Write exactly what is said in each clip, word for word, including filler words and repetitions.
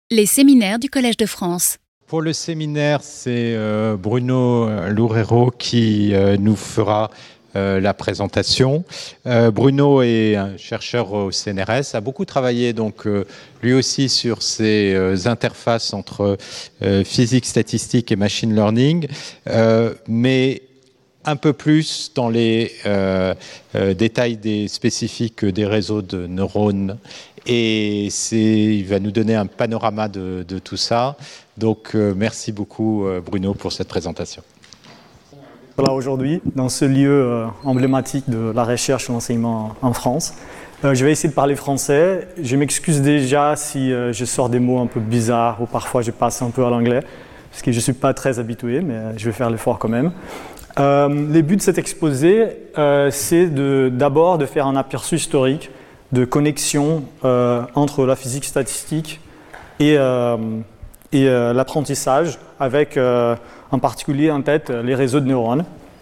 Les séminaires du Collège de France. Pour le séminaire, c'est euh, Bruno Loureiro qui euh, nous fera euh, la présentation. Euh, Bruno est un chercheur au C N R S, a beaucoup travaillé donc euh, lui aussi sur ces euh, interfaces entre euh, physique statistique et machine learning, euh, mais un peu plus dans les euh, euh, détails des spécifiques des réseaux de neurones. Et c'est, il va nous donner un panorama de, de tout ça. Donc, euh, merci beaucoup, euh, Bruno, pour cette présentation. Voilà, aujourd'hui, dans ce lieu euh, emblématique de la recherche et l'enseignement en France. Euh, je vais essayer de parler français. Je m'excuse déjà si euh, je sors des mots un peu bizarres ou parfois je passe un peu à l'anglais, parce que je ne suis pas très habitué, mais je vais faire l'effort quand même. Euh, les buts de cet exposé, euh, c'est de, d'abord de faire un aperçu historique de connexion euh, entre la physique statistique et, euh, et euh, l'apprentissage, avec euh, en particulier en tête les réseaux de neurones.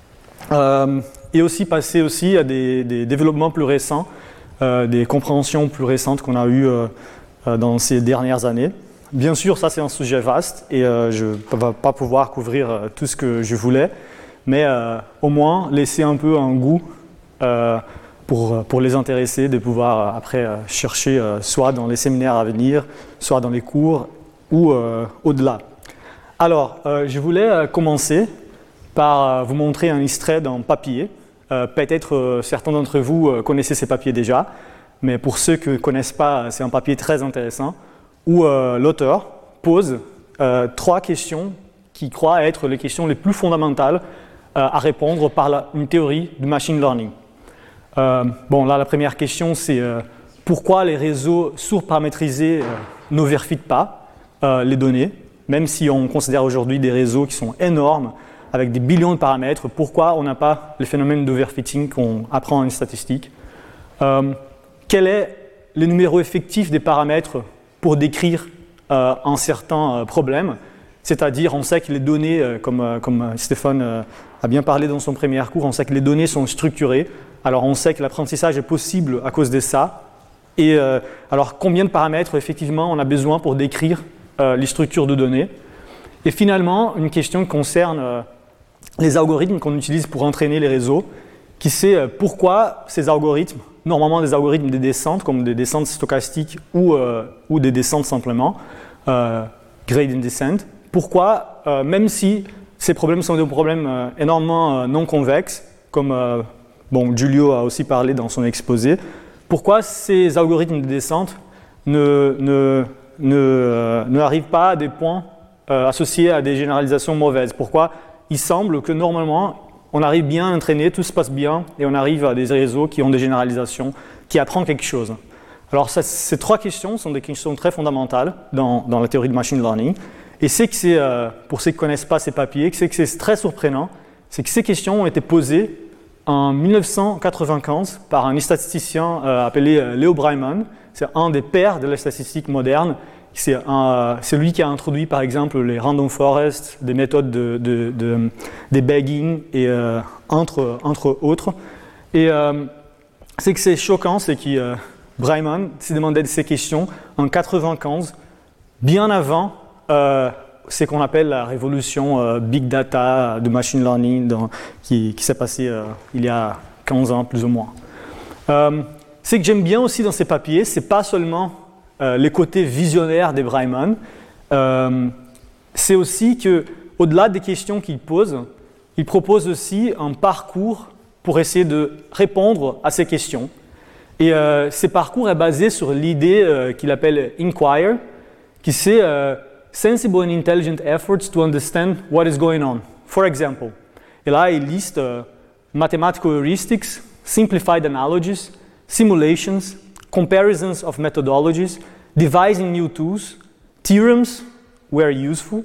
Euh, et aussi passer aussi à des, des développements plus récents, euh, des compréhensions plus récentes qu'on a eues euh, dans ces dernières années. Bien sûr, ça c'est un sujet vaste et euh, je ne vais pas pouvoir couvrir euh, tout ce que je voulais, mais euh, au moins laisser un peu un goût euh, pour, pour les intéresser, de pouvoir euh, après euh, chercher euh, soit dans les séminaires à venir, soit dans les cours ou euh, au-delà. Alors, euh, je voulais euh, commencer par euh, vous montrer un extrait d'un papier. Euh, peut-être euh, certains d'entre vous euh, connaissez ces papiers déjà, mais pour ceux qui ne connaissent pas, c'est un papier très intéressant où euh, l'auteur pose euh, trois questions qui croient être les questions les plus fondamentales euh, à répondre par la, une théorie du machine learning. Euh, bon, là, la première question, c'est euh, pourquoi les réseaux surparamétrisés euh, n'overfitent pas euh, les données, même si on considère aujourd'hui des réseaux qui sont énormes, avec des billions de paramètres, pourquoi on n'a pas le phénomène d'overfitting qu'on apprend en statistique. Euh, quel est le numéro effectif des paramètres pour décrire euh, un certain euh, problème, c'est-à-dire on sait que les données, euh, comme, euh, comme Stéphane euh, a bien parlé dans son premier cours, on sait que les données sont structurées, alors on sait que l'apprentissage est possible à cause de ça, et euh, alors combien de paramètres effectivement on a besoin pour décrire euh, les structures de données. Et finalement, une question qui concerne euh, les algorithmes qu'on utilise pour entraîner les réseaux, qui c'est euh, pourquoi ces algorithmes, normalement des algorithmes de descente, comme des descentes stochastiques ou, euh, ou des descentes simplement, euh, gradient descent, pourquoi, euh, même si ces problèmes sont des problèmes euh, énormément euh, non convexes, comme euh, bon, Giulio a aussi parlé dans son exposé, pourquoi ces algorithmes de descente ne, ne, ne, euh, ne arrivent pas à des points euh, associés à des généralisations mauvaises? Pourquoi il semble que normalement, on arrive bien à entraîner, tout se passe bien, et on arrive à des réseaux qui ont des généralisations, qui apprennent quelque chose. Alors, ça, ces trois questions sont des questions très fondamentales dans, dans la théorie de machine learning. Et c'est que c'est, euh, pour ceux qui ne connaissent pas ces papiers, c'est que c'est très surprenant, c'est que ces questions ont été posées en mille neuf cent quatre-vingt-quinze par un statisticien euh, appelé euh, Leo Breiman. C'est un des pères de la statistique moderne. C'est, un, euh, c'est lui qui a introduit par exemple les random forests, des méthodes de, de, de, des bagging et euh, entre, entre autres. Et euh, c'est que c'est choquant, c'est que euh, Breiman s'est demandé ces questions en quatre-vingt-quinze, bien avant euh, ce qu'on appelle la révolution euh, big data de machine learning dans, qui, qui s'est passée euh, il y a quinze ans plus ou moins. Euh, ce que j'aime bien aussi dans ces papiers, c'est pas seulement Euh, les côtés visionnaires des Breiman, euh, c'est aussi qu'au-delà des questions qu'il pose, il propose aussi un parcours pour essayer de répondre à ces questions. Et euh, ces parcours est basé sur l'idée euh, qu'il appelle Inquire, qui c'est euh, Sensible and Intelligent Efforts to Understand what is going on. For example, et là il liste euh, Mathematical Heuristics, Simplified Analogies, Simulations, comparisons of methodologies, devising new tools, theorems where useful,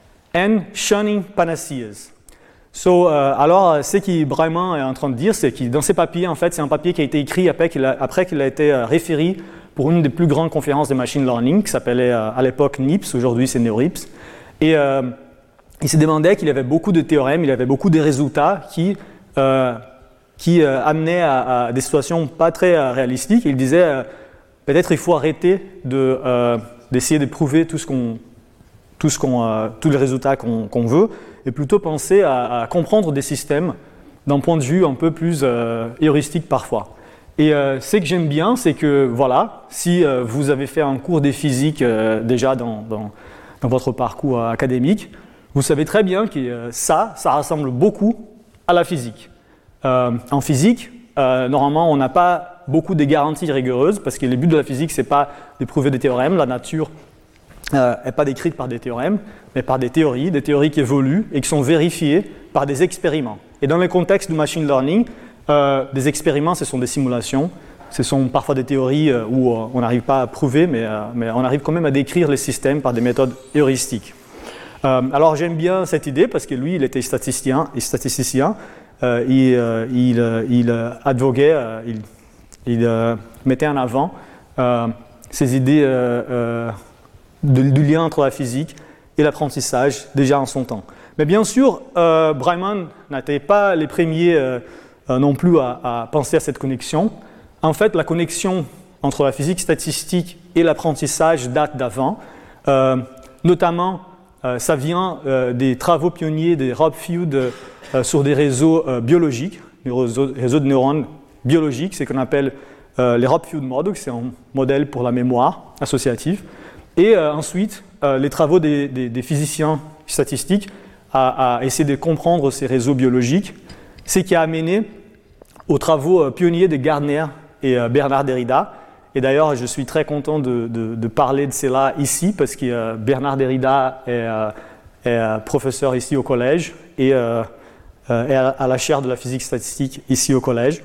and shunning panaceas. So, euh, alors, ce que Breiman est en train de dire, c'est que dans ces papiers, en fait, c'est un papier qui a été écrit après qu'il a, après qu'il a été euh, référé pour une des plus grandes conférences de machine learning, qui s'appelait euh, à l'époque N I P S, aujourd'hui c'est NeurIPS. Et euh, il se demandait qu'il y avait beaucoup de théorèmes, il y avait beaucoup de résultats qui euh, qui euh, amenait à, à des situations pas très euh, réalistiques. Il disait euh, peut-être il faut arrêter de, euh, d'essayer de prouver tout ce qu'on, tout ce qu'on, euh, tous les résultats qu'on, qu'on veut, et plutôt penser à, à comprendre des systèmes d'un point de vue un peu plus euh, heuristique parfois. Et euh, ce que j'aime bien, c'est que voilà, si euh, vous avez fait un cours de physique euh, déjà dans, dans, dans votre parcours euh, académique, vous savez très bien que euh, ça, ça ressemble beaucoup à la physique. Euh, en physique, euh, normalement, on n'a pas beaucoup de garanties rigoureuses parce que le but de la physique, c'est pas de prouver des théorèmes. La nature n'est euh, pas décrite par des théorèmes, mais par des théories, des théories qui évoluent et qui sont vérifiées par des expériments. Et dans le contexte du machine learning, euh, des expériments, ce sont des simulations. Ce sont parfois des théories euh, où euh, on n'arrive pas à prouver, mais, euh, mais on arrive quand même à décrire les systèmes par des méthodes heuristiques. Euh, alors j'aime bien cette idée parce que lui, il était statisticien. Et statisticien euh, il, euh, il, euh, il euh, advoguait, euh, il, il euh, mettait en avant euh, ces idées euh, euh, de, du lien entre la physique et l'apprentissage déjà en son temps. Mais bien sûr, euh, Breimann n'était pas les premiers euh, euh, non plus à, à penser à cette connexion. En fait, la connexion entre la physique statistique et l'apprentissage date d'avant. Euh, notamment, euh, ça vient euh, des travaux pionniers de Rob Feud euh, sur des réseaux euh, biologiques, des réseaux, réseaux de neurones biologiques, c'est ce qu'on appelle euh, les Rob Feud models, c'est un modèle pour la mémoire associative. Et euh, ensuite, euh, les travaux des, des, des physiciens statistiques à, à essayer de comprendre ces réseaux biologiques, c'est qui a amené aux travaux euh, pionniers de Gardner et euh, Bernard Derrida. Et d'ailleurs, je suis très content de, de, de parler de cela ici, parce que euh, Bernard Derrida est, euh, est euh, professeur ici au collège et euh, euh, est à, à la chaire de la physique statistique ici au collège.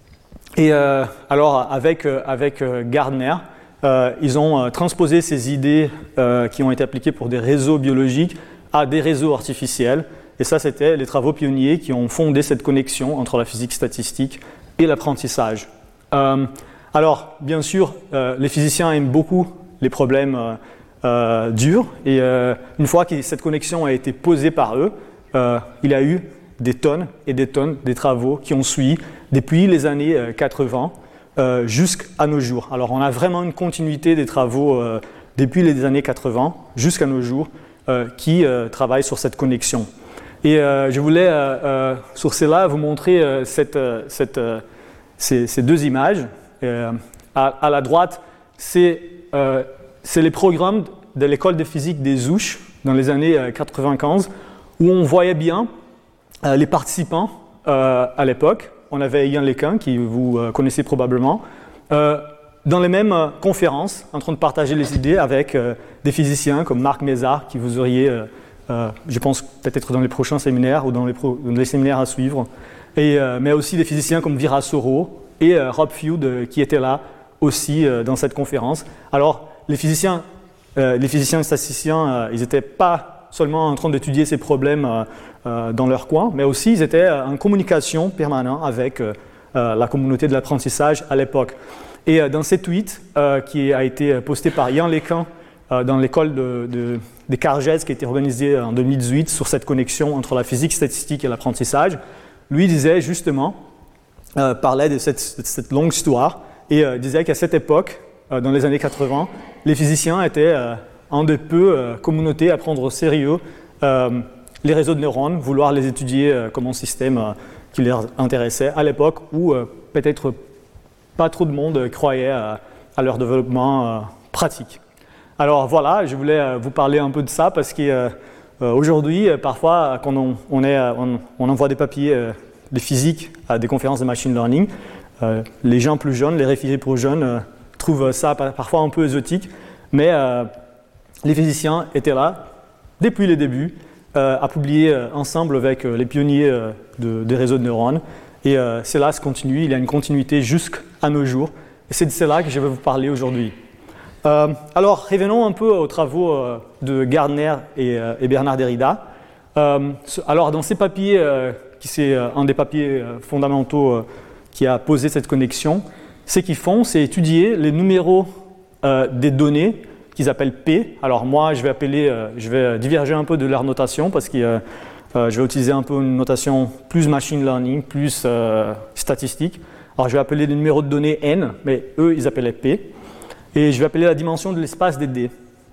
Et euh, alors, avec, euh, avec euh, Gardner, euh, ils ont euh, transposé ces idées euh, qui ont été appliquées pour des réseaux biologiques à des réseaux artificiels. Et ça, c'était les travaux pionniers qui ont fondé cette connexion entre la physique statistique et l'apprentissage. Euh, alors, bien sûr, euh, les physiciens aiment beaucoup les problèmes euh, euh, durs. Et euh, une fois que cette connexion a été posée par eux, euh, il y a eu des tonnes et des tonnes de travaux qui ont suivi depuis les années euh, quatre-vingts euh, jusqu'à nos jours. Alors, on a vraiment une continuité des travaux euh, depuis les années quatre-vingts jusqu'à nos jours euh, qui euh, travaillent sur cette connexion. Et euh, je voulais, euh, euh, sur cela, vous montrer euh, cette, euh, cette, euh, ces, ces deux images. Euh, à, à la droite, c'est, euh, c'est les programmes de l'école de physique des Ouches dans les années euh, quatre-vingt-quinze, où on voyait bien euh, les participants euh, à l'époque. On avait Ian Lequin, qui vous euh, connaissez probablement, euh, dans les mêmes euh, conférences, en train de partager les idées avec euh, des physiciens comme Marc Mézard, qui vous auriez... Euh, Euh, je pense peut-être dans les prochains séminaires ou dans les, pro, dans les séminaires à suivre, et, euh, mais aussi des physiciens comme Vira Soro et euh, Rob Feud euh, qui étaient là aussi euh, dans cette conférence. Alors, les physiciens, euh, les physiciens statisticiens, euh, ils n'étaient pas seulement en train d'étudier ces problèmes euh, euh, dans leur coin, mais aussi ils étaient euh, en communication permanente avec euh, euh, la communauté de l'apprentissage à l'époque. Et euh, dans cette tweet euh, qui a été posté par Ian Lequin euh, dans l'école de, de des Cargès qui a été organisé en deux mille dix-huit sur cette connexion entre la physique statistique et l'apprentissage, lui disait justement, euh, parlait de cette, de cette longue histoire et euh, disait qu'à cette époque, euh, dans les années quatre-vingts, les physiciens étaient euh, un des peu euh, communautés à prendre au sérieux euh, les réseaux de neurones, vouloir les étudier euh, comme un système euh, qui les intéressait à l'époque où euh, peut-être pas trop de monde croyait euh, à leur développement euh, pratique. Alors voilà, je voulais vous parler un peu de ça parce qu'aujourd'hui, euh, parfois, quand on, on, est, on, on envoie des papiers euh, de physique à des conférences de machine learning, euh, les gens plus jeunes, les référés plus jeunes, euh, trouvent ça parfois un peu exotique, mais euh, les physiciens étaient là depuis les débuts euh, à publier euh, ensemble avec euh, les pionniers euh, de, des réseaux de neurones. Et euh, cela se continue, il y a une continuité jusqu'à nos jours. Et c'est de cela que je vais vous parler aujourd'hui. Euh, alors, revenons un peu aux travaux euh, de Gardner et, euh, et Bernard Derrida. Euh, alors, dans ces papiers, euh, qui c'est euh, un des papiers euh, fondamentaux euh, qui a posé cette connexion, ce qu'ils font, c'est étudier les numéros euh, des données qu'ils appellent P. Alors moi, je vais appeler, euh, je vais diverger un peu de leur notation parce que euh, euh, je vais utiliser un peu une notation plus machine learning, plus euh, statistique. Alors, je vais appeler les numéros de données N, mais eux, ils appelaient P. Et je vais appeler la dimension de l'espace des D.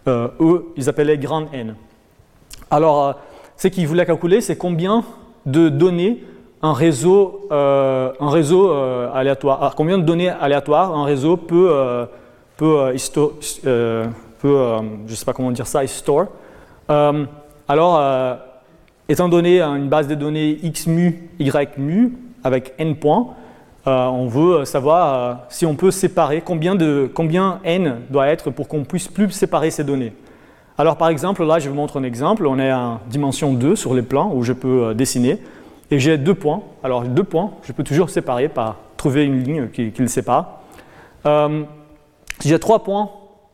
euh, eux, ils appelaient grand N. Alors, euh, ce qu'ils voulaient calculer, c'est combien de données un réseau, euh, un réseau euh, aléatoire, alors, combien de données aléatoires un réseau peut, euh, peut, euh, histo, euh, peut euh, je ne sais pas comment dire ça, store. Euh, alors, euh, étant donné une base de données x mu, y mu, avec n points, euh, on veut savoir euh, si on peut séparer, combien, de, combien n doit être pour qu'on puisse plus séparer ces données. Alors par exemple, là je vous montre un exemple, on est en dimension deux sur les plans où je peux euh, dessiner, et j'ai deux points. Alors deux points, je peux toujours séparer par trouver une ligne qui, qui le sépare. Euh, si j'ai trois points,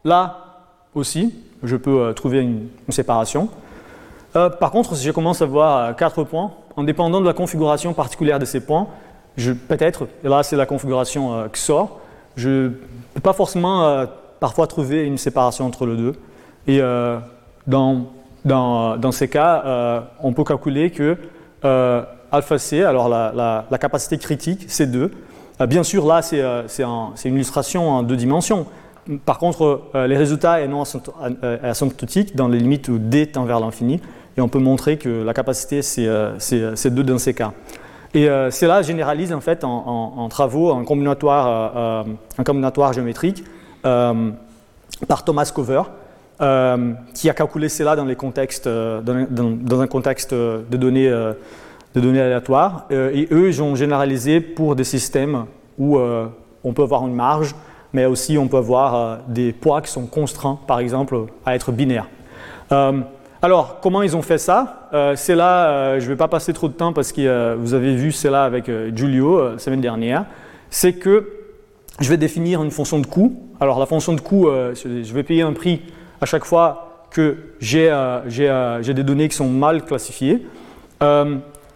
là aussi, je peux euh, trouver une, une séparation. Euh, par contre, si je commence à avoir quatre points, en dépendant de la configuration particulière de ces points, je, peut-être, et là c'est la configuration euh, X O R, je ne peux pas forcément euh, parfois trouver une séparation entre les deux. Et euh, dans, dans, dans ces cas, euh, on peut calculer que euh, alpha C, alors la, la, la capacité critique, C deux, euh, bien sûr là c'est euh, un, une illustration en deux dimensions. Par contre, euh, les résultats sont non asymptotiques dans les limites où D tend vers l'infini, et on peut montrer que la capacité c'est euh, C deux dans ces cas. Et euh, cela généralise en fait en, en, en travaux, en combinatoire, euh, en combinatoire géométrique euh, par Thomas Cover, euh, qui a calculé cela dans, les contextes, euh, dans, dans, dans un contexte de données, euh, de données aléatoires. Euh, et eux, ils ont généralisé pour des systèmes où euh, on peut avoir une marge, mais aussi on peut avoir euh, des poids qui sont contraints, par exemple, à être binaires. Euh, Alors, comment ils ont fait ça? euh, C'est là, euh, je ne vais pas passer trop de temps parce que euh, vous avez vu cela avec euh, Giulio euh, la semaine dernière. C'est que je vais définir une fonction de coût. Alors, la fonction de coût, euh, je vais payer un prix à chaque fois que j'ai euh, euh, des données qui sont mal classifiées. Euh,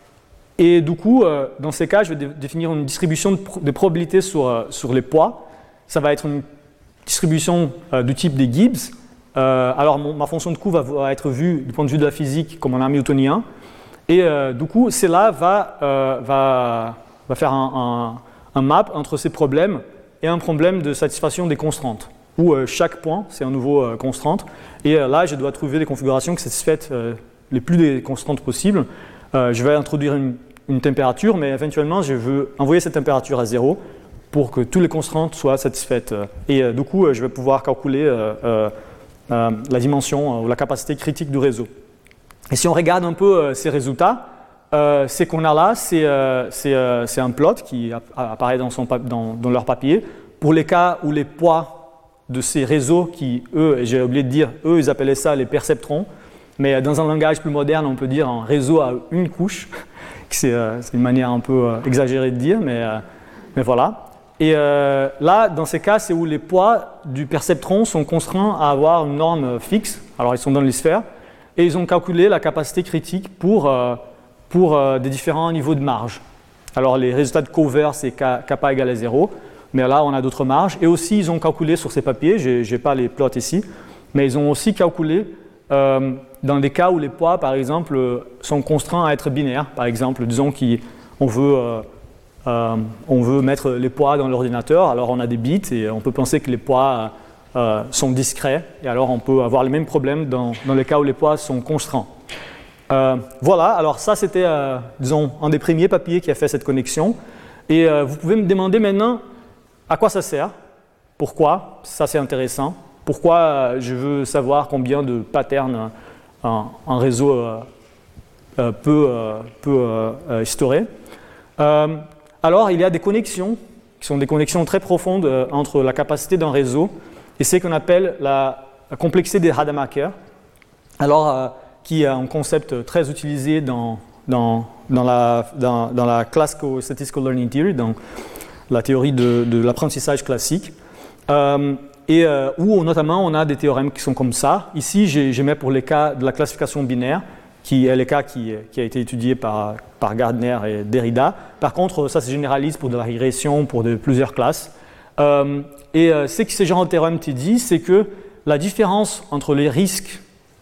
et du coup, euh, dans ces cas, je vais dé définir une distribution de, pro de probabilité sur, euh, sur les poids. Ça va être une distribution euh, du type des Gibbs. Euh, alors, mon, ma fonction de coût va, va être vue du point de vue de la physique comme un hamiltonien. Et euh, du coup, cela va, euh, va, va faire un, un, un map entre ces problèmes et un problème de satisfaction des constantes, où euh, chaque point, c'est un nouveau euh, constante. Et euh, là, je dois trouver des configurations qui satisfassent euh, les plus des constantes possibles. Euh, je vais introduire une, une température, mais éventuellement, je veux envoyer cette température à zéro pour que toutes les constantes soient satisfaites. Et euh, du coup, euh, je vais pouvoir calculer euh, euh, Euh, la dimension euh, ou la capacité critique du réseau. Et si on regarde un peu euh, ces résultats, euh, ce qu'on a là, c'est euh, euh, un plot qui apparaît dans, son, dans, dans leur papier. Pour les cas où les poids de ces réseaux, qui eux, et j'ai oublié de dire, eux ils appelaient ça les perceptrons, mais dans un langage plus moderne, on peut dire un réseau à une couche. C'est euh, une manière un peu euh, exagérée de dire, mais, euh, mais voilà. Et euh, là, dans ces cas, c'est où les poids du perceptron sont contraints à avoir une norme fixe. Alors, ils sont dans les sphères. Et ils ont calculé la capacité critique pour, euh, pour euh, des différents niveaux de marge. Alors, les résultats de Cover, c'est kappa égale à zéro. Mais là, on a d'autres marges. Et aussi, ils ont calculé sur ces papiers, je n'ai pas les plots ici, mais ils ont aussi calculé euh, dans des cas où les poids, par exemple, sont contraints à être binaires. Par exemple, disons qu'on veut... Euh, Euh, on veut mettre les poids dans l'ordinateur, alors on a des bits et on peut penser que les poids euh, sont discrets et alors on peut avoir les mêmes problèmes dans, dans les cas où les poids sont constants. Euh, voilà, alors ça c'était, euh, disons, un des premiers papiers qui a fait cette connexion et euh, vous pouvez me demander maintenant à quoi ça sert, pourquoi, ça c'est intéressant, pourquoi euh, je veux savoir combien de patterns un, un réseau euh, euh, peut, euh, peut euh, historier. Euh, Alors, il y a des connexions, qui sont des connexions très profondes euh, entre la capacité d'un réseau et ce qu'on appelle la, la complexité des Rademacher, alors, euh, qui est un concept très utilisé dans, dans, dans, la, dans, dans la Classical Statistical Learning Theory, dans la théorie de, de l'apprentissage classique, euh, et euh, où notamment on a des théorèmes qui sont comme ça. Ici, je mets pour les cas de la classification binaire, qui est le cas qui, qui a été étudié par, par Gardner et Derrida. Par contre, ça se généralise pour de la régression, pour de, plusieurs classes. Euh, et euh, ce que ce genre de théorème te dit, c'est que la différence entre les risques,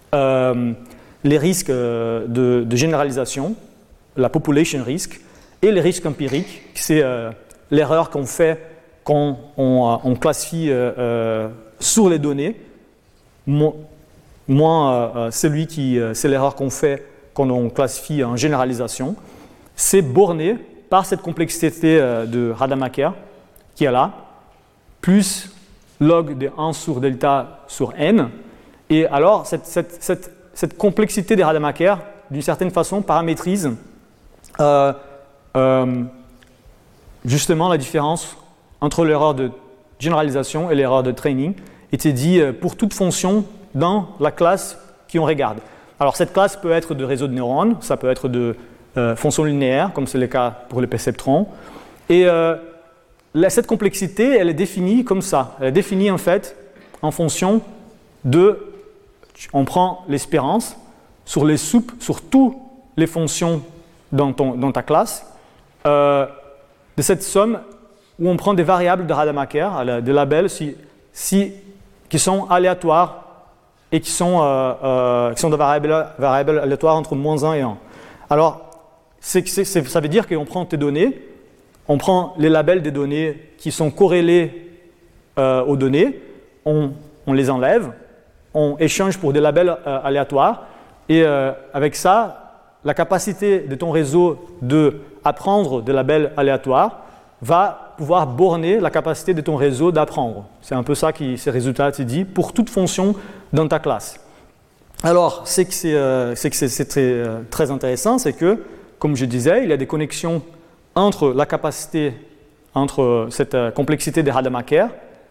euh, les risques euh, de, de généralisation, la population risk, et les risques empiriques, c'est euh, l'erreur qu'on fait quand on, on classifie euh, euh, sur les données, moins euh, celui qui, euh, c'est l'erreur qu'on fait quand on classifie en généralisation, c'est borné par cette complexité euh, de Rademacher qui est là, plus log de un sur delta sur n. Et alors, cette, cette, cette, cette complexité de Rademacher, d'une certaine façon, paramétrise euh, euh, justement la différence entre l'erreur de généralisation et l'erreur de training, était dit euh, pour toute fonction dans la classe qu'on regarde. Alors, cette classe peut être de réseau de neurones, ça peut être de euh, fonctions linéaires, comme c'est le cas pour les perceptrons. Et euh, la, cette complexité, elle est définie comme ça. Elle est définie en fait en fonction de, on prend l'espérance sur les soupes, sur toutes les fonctions dans, ton, dans ta classe, euh, de cette somme où on prend des variables de Rademacher, des labels si, si, qui sont aléatoires et qui sont, euh, euh, qui sont des variables, variables aléatoires entre moins un et un. Alors, c'est, c'est, c'est, ça veut dire qu'on prend tes données, on prend les labels des données qui sont corrélés euh, aux données, on, on les enlève, on échange pour des labels euh, aléatoires, et euh, avec ça, la capacité de ton réseau d'apprendre des labels aléatoires va pouvoir borner la capacité de ton réseau d'apprendre. C'est un peu ça qui ces résultats te dit pour toute fonction dans ta classe. Alors, c'est que c'est, euh, c'est, que c'est, c'est très, euh, très intéressant, c'est que, comme je disais, il y a des connexions entre la capacité, entre cette euh, complexité de Rademacher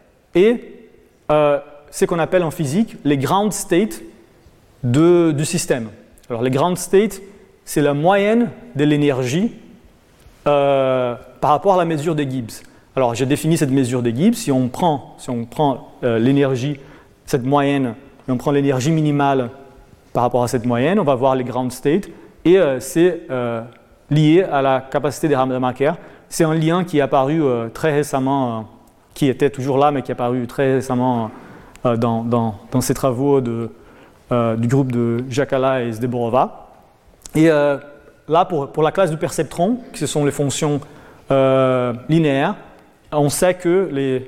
et euh, ce qu'on appelle en physique les ground states de, du système. Alors, les ground states, c'est la moyenne de l'énergie euh, par rapport à la mesure de Gibbs. Alors, j'ai défini cette mesure de Gibbs. Si on prend, si on prend euh, l'énergie, cette moyenne, et on prend l'énergie minimale par rapport à cette moyenne, on va voir les ground states, et euh, c'est euh, lié à la capacité de Rademacher. C'est un lien qui est apparu euh, très récemment, euh, qui était toujours là, mais qui est apparu très récemment euh, dans, dans, dans ces travaux de, euh, du groupe de Jakala et Zdeborova. Et euh, là, pour, pour la classe du perceptron, qui ce sont les fonctions euh, linéaires, on sait que les,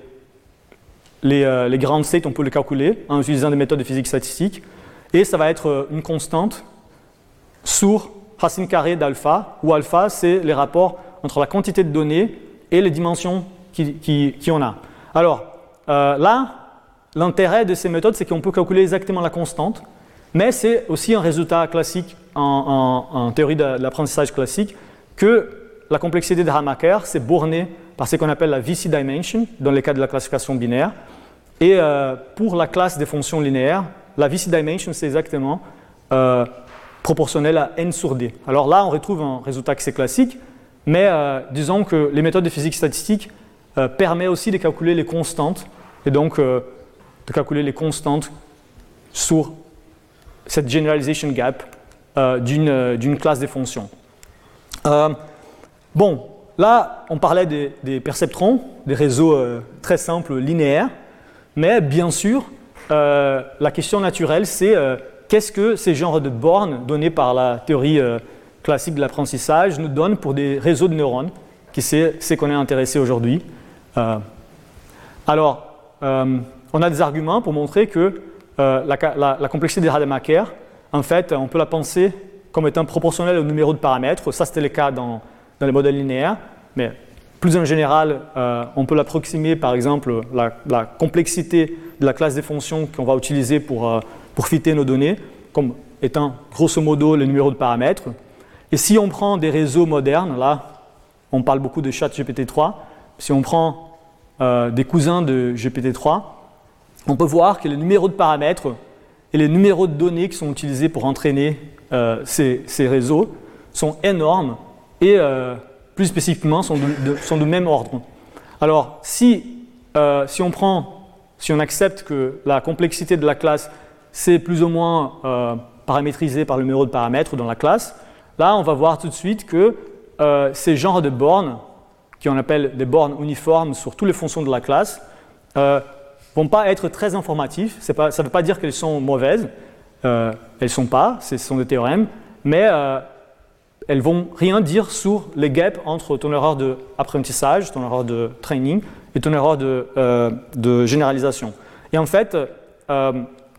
les, euh, les ground states, on peut les calculer en utilisant des méthodes de physique statistique, et ça va être une constante sur racine carrée d'alpha, où alpha, c'est les rapports entre la quantité de données et les dimensions qui, qui, qui on a. Alors, euh, là, l'intérêt de ces méthodes, c'est qu'on peut calculer exactement la constante, mais c'est aussi un résultat classique en, en, en théorie de, de l'apprentissage classique que la complexité de Rademacher, c'est borné par ce qu'on appelle la V C dimension, dans le cas de la classification binaire. Et euh, pour la classe des fonctions linéaires, la V C dimension, c'est exactement euh, proportionnel à n sur d. Alors là, on retrouve un résultat qui est classique, mais euh, disons que les méthodes de physique statistique euh, permettent aussi de calculer les constantes, et donc euh, de calculer les constantes sur cette generalization gap euh, d'une, euh, d'une classe des fonctions. Euh, bon, là, on parlait des, des perceptrons, des réseaux euh, très simples, linéaires, mais bien sûr, euh, la question naturelle, c'est euh, qu'est-ce que ces genres de bornes donnés par la théorie euh, classique de l'apprentissage nous donnent pour des réseaux de neurones, qui c'est ce qu'on est intéressé aujourd'hui. Euh, alors, euh, on a des arguments pour montrer que euh, la, la, la complexité de Rademacher, en fait, on peut la penser comme étant proportionnelle au numéro de paramètres. Ça, c'était le cas dans, dans les modèles linéaires, mais plus en général, euh, on peut l'approximer, par exemple, la, la complexité de la classe des fonctions qu'on va utiliser pour, euh, pour fitter nos données, comme étant grosso modo le numéro de paramètres. Et si on prend des réseaux modernes, là, on parle beaucoup de chat G P T trois, si on prend euh, des cousins de G P T trois, on peut voir que les numéros de paramètres et les numéros de données qui sont utilisés pour entraîner euh, ces, ces réseaux sont énormes et euh, plus spécifiquement sont de, de, sont du même ordre. Alors, si, euh, si on prend, si on accepte que la complexité de la classe c'est plus ou moins euh, paramétrisé par le numéro de paramètres dans la classe, là, on va voir tout de suite que euh, ces genres de bornes, qu'on appelle des bornes uniformes sur toutes les fonctions de la classe, euh, vont pas être très informatifs. C'est pas, ça ne veut pas dire qu'elles sont mauvaises, euh, elles ne sont pas, ce sont des théorèmes, mais euh, elles vont rien dire sur les gaps entre ton erreur d'apprentissage, ton erreur de training et ton erreur de, euh, de généralisation. Et en fait, euh,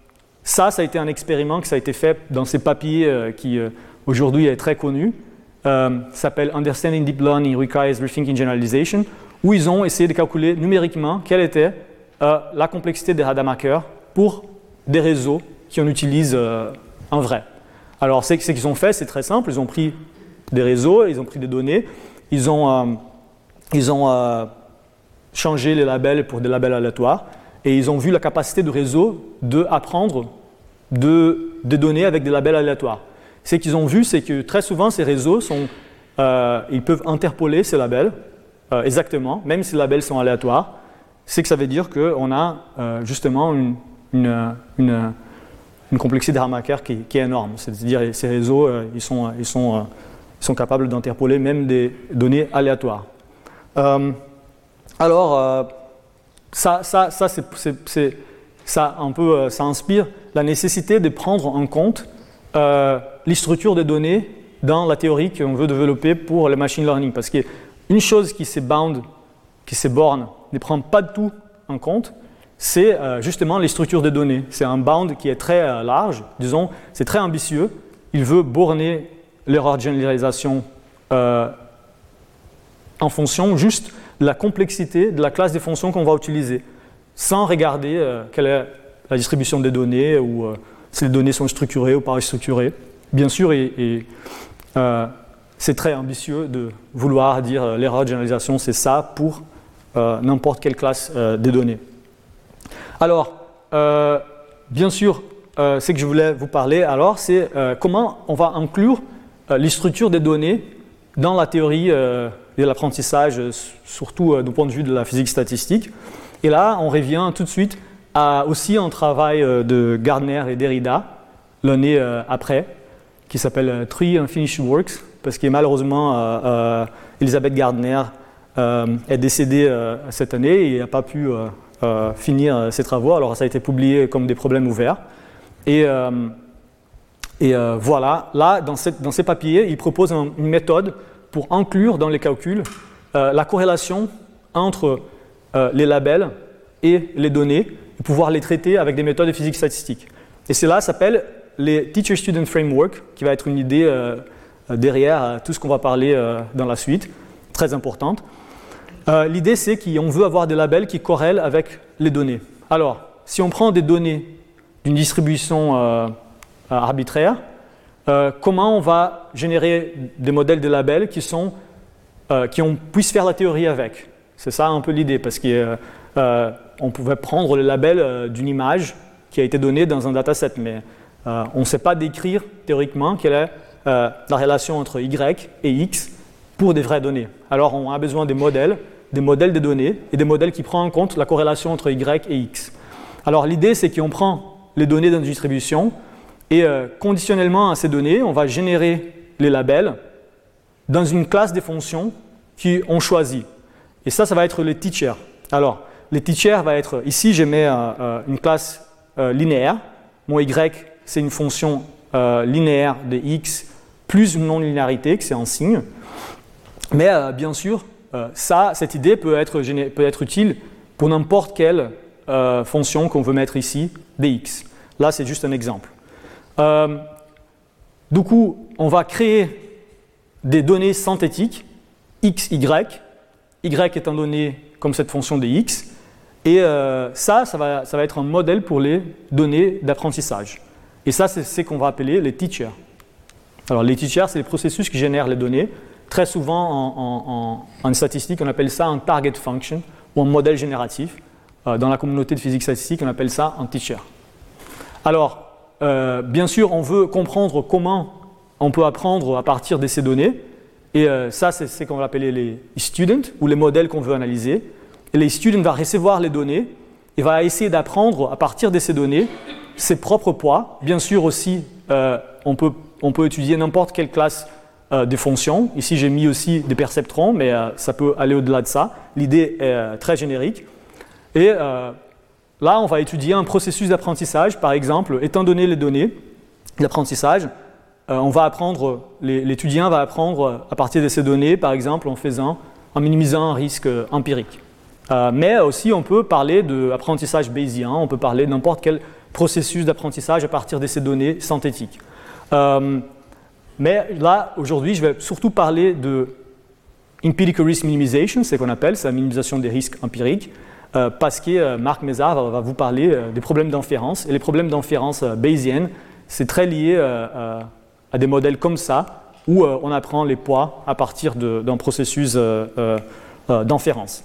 Ça, ça a été un expériment qui a été fait dans ces papiers euh, qui euh, aujourd'hui est très connu. Euh, s'appelle Understanding Deep Learning Requires Rethinking Generalization, où ils ont essayé de calculer numériquement quelle était euh, la complexité des Rademacher pour des réseaux qui en utilisent euh, un vrai. Alors, ce qu'ils ont fait, c'est très simple. Ils ont pris des réseaux, ils ont pris des données, ils ont, euh, ils ont euh, changé les labels pour des labels aléatoires, et ils ont vu la capacité du réseau d'apprendre de, des données avec des labels aléatoires. Ce qu'ils ont vu, c'est que très souvent, ces réseaux, sont, euh, ils peuvent interpoler ces labels, euh, exactement, même si les labels sont aléatoires. C'est que ça veut dire qu'on a euh, justement une, une, une, une complexité de Rademacher qui, qui est énorme. C'est-à-dire que ces réseaux, euh, ils, sont, ils, sont, euh, ils sont capables d'interpoler même des données aléatoires. Euh, alors, euh, ça, ça, ça, c'est, c'est, c'est, ça, un peu, euh, ça inspire la nécessité de prendre en compte euh, les structures des données dans la théorie qu'on veut développer pour le machine learning. Parce qu'une chose qui se bound, qui se borne, ne prend pas du tout en compte, c'est euh, justement les structures des données. C'est un bound qui est très euh, large, disons, c'est très ambitieux. Il veut borner l'erreur de généralisation euh, en fonction juste de la complexité de la classe des fonctions qu'on va utiliser, sans regarder euh, quelle est la distribution des données ou euh, si les données sont structurées ou pas structurées. Bien sûr, et, et, euh, c'est très ambitieux de vouloir dire euh, l'erreur de généralisation, c'est ça pour euh, n'importe quelle classe euh, des données. Alors, euh, bien sûr, euh, ce que je voulais vous parler, alors, c'est euh, comment on va inclure euh, les structures des données dans la théorie euh, de l'apprentissage, surtout euh, du point de vue de la physique statistique. Et là, on revient tout de suite à aussi un travail euh, de Gardner et Derrida, l'année euh, après, qui s'appelle euh, Three Unfinished Works, parce que malheureusement, euh, euh, Elisabeth Gardner euh, est décédée euh, cette année et n'a pas pu euh, euh, finir euh, ses travaux. Alors, ça a été publié comme des problèmes ouverts. Et, euh, et euh, voilà, là, dans, cette, dans ces papiers, il propose un, une méthode pour inclure dans les calculs euh, la corrélation entre euh, les labels et les données, et pouvoir les traiter avec des méthodes de physique statistique. Et cela s'appelle les Teacher Student Framework, qui va être une idée euh, derrière euh, tout ce qu'on va parler euh, dans la suite, très importante. Euh, l'idée, c'est qu'on veut avoir des labels qui corrèlent avec les données. Alors, si on prend des données d'une distribution euh, arbitraire, euh, comment on va générer des modèles de labels qui, sont, euh, qui on puisse faire la théorie avec? C'est ça un peu l'idée, parce qu'on euh, pouvait prendre le label euh, d'une image qui a été donnée dans un dataset, mais euh, on ne sait pas décrire théoriquement quelle est euh, la relation entre Y et X pour des vraies données. Alors on a besoin des modèles, des modèles de données et des modèles qui prennent en compte la corrélation entre Y et X. Alors l'idée, c'est qu'on prend les données dans une distribution et euh, conditionnellement à ces données, on va générer les labels dans une classe des fonctions qu'on choisit. Et ça, ça va être les teachers. Alors, les teachers va être, ici, je mets euh, une classe euh, linéaire. Mon Y, c'est une fonction euh, linéaire de X plus une non-linéarité, que c'est un signe. Mais euh, bien sûr, euh, ça, cette idée peut être, peut être utile pour n'importe quelle euh, fonction qu'on veut mettre ici, dx. Là, c'est juste un exemple. Euh, du coup, on va créer des données synthétiques, x, y, y étant donné comme cette fonction de x, et euh, ça, ça va, ça va être un modèle pour les données d'apprentissage. Et ça, c'est ce qu'on va appeler les teachers. Alors, les teachers, c'est les processus qui génèrent les données. Très souvent, en, en, en statistique, on appelle ça un target function, ou un modèle génératif. Euh, dans la communauté de physique statistique, on appelle ça un teacher. Alors, euh, bien sûr, on veut comprendre comment on peut apprendre à partir de ces données. Et euh, ça, c'est ce qu'on va appeler les students, ou les modèles qu'on veut analyser. Et les students vont recevoir les données et va essayer d'apprendre à partir de ces données ses propres poids. Bien sûr aussi, euh, on, peut, on peut étudier n'importe quelle classe euh, de fonctions. Ici, j'ai mis aussi des perceptrons, mais euh, ça peut aller au-delà de ça. L'idée est euh, très générique. Et euh, là, on va étudier un processus d'apprentissage. Par exemple, étant donné les données d'apprentissage, euh, on va apprendre, l'étudiant va apprendre à partir de ces données, par exemple, en faisant, en minimisant un risque euh, empirique. Euh, mais aussi, on peut parler d'apprentissage bayésien, on peut parler de n'importe quelle processus d'apprentissage à partir de ces données synthétiques. Euh, mais là, aujourd'hui, je vais surtout parler de empirical risk minimization, c'est ce qu'on appelle, c'est la minimisation des risques empiriques, euh, parce que euh, Marc Mézard va, va vous parler euh, des problèmes d'inférence. Et les problèmes d'inférence euh, bayésienne, c'est très lié euh, euh, à des modèles comme ça, où euh, on apprend les poids à partir d'un processus euh, euh, euh, d'inférence.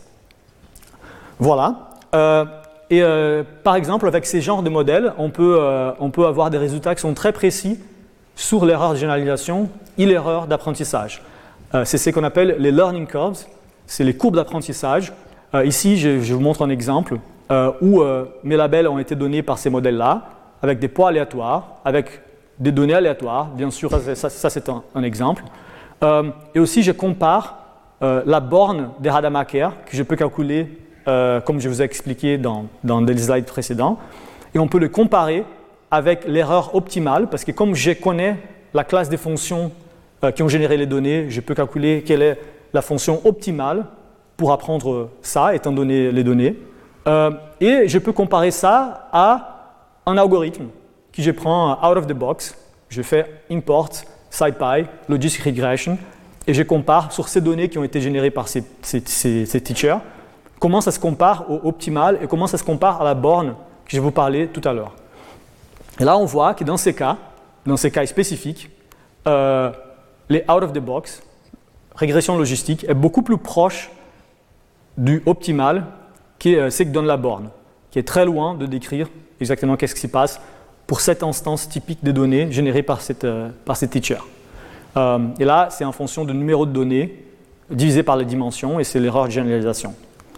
Voilà. Euh, et euh, par exemple, avec ces genres de modèles, on peut, euh, on peut avoir des résultats qui sont très précis sur l'erreur de généralisation et l'erreur d'apprentissage. Euh, c'est ce qu'on appelle les learning curves, c'est les courbes d'apprentissage. Euh, ici, je, je vous montre un exemple euh, où euh, mes labels ont été donnés par ces modèles-là, avec des poids aléatoires, avec des données aléatoires. Bien sûr, ça, ça, ça c'est un, un exemple. Euh, et aussi, je compare euh, la borne des Rademacher, que je peux calculer, euh, comme je vous ai expliqué dans, dans des slides précédents, et on peut le comparer avec l'erreur optimale, parce que comme je connais la classe des fonctions euh, qui ont généré les données, je peux calculer quelle est la fonction optimale pour apprendre ça, étant donné les données. Euh, et je peux comparer ça à un algorithme que je prends out of the box. Je fais import, SciPy, logistic regression, et je compare sur ces données qui ont été générées par ces, ces, ces, ces teachers, comment ça se compare au optimal et comment ça se compare à la borne que je vais vous parler tout à l'heure. Et là, on voit que dans ces cas, dans ces cas spécifiques, euh, les out of the box, régression logistique, est beaucoup plus proche du optimal que ce que donne la borne, qui est très loin de décrire exactement qu'est-ce qui se passe pour cette instance typique des données générées par cette, euh, par ces teachers. Euh, et là, c'est en fonction du numéro de données divisé par les dimensions, et c'est l'erreur de généralisation.